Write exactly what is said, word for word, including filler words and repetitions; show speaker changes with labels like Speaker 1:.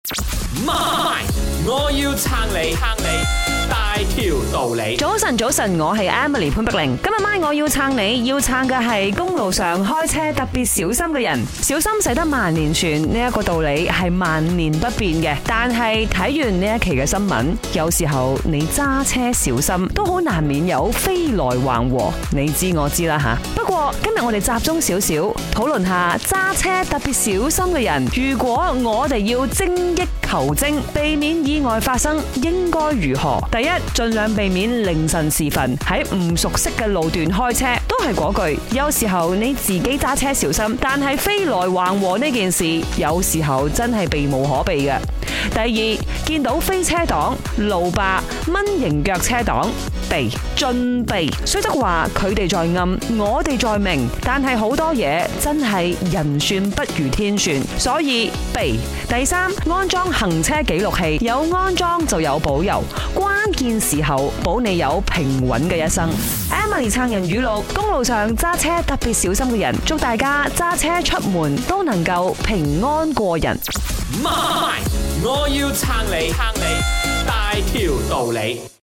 Speaker 1: 媽，我要撐你，撐你大條道理。
Speaker 2: 早晨，早晨，我係 Emily 潘碧玲。今日晚我要撐你，要撐嘅係公路上開車特別小心嘅人。小心駛得萬年船呢一個道理係萬年不變嘅。但係睇完呢一期嘅新聞，有時候你揸車小心都好難免有飛來橫禍。你知我知啦吓。不過今日我哋集中少少討論下揸車特別小心嘅人。如果我哋要精益求精，避免意外發生，應該如何？第一，盡量避免凌晨時分喺唔熟悉嘅路段開車，都係嗰句，有時候你自己揸車小心，但係飛來橫禍呢件事，有時候真係避無可避嘅。第二，見到飛車黨、路霸、蚊型腳車黨，避，盡避。雖則話佢哋在暗，我哋在明，但係好多嘢真係人算不如天算，所以避。第三，安裝行車記錄器，有安裝就有保佑，關鍵時候保你有平穩嘅一生。Emily 撐人語錄：公路上揸車特別小心嘅人，祝大家揸車出門都能夠平安過人。
Speaker 1: 媽，我要撐你，撐你大條道理。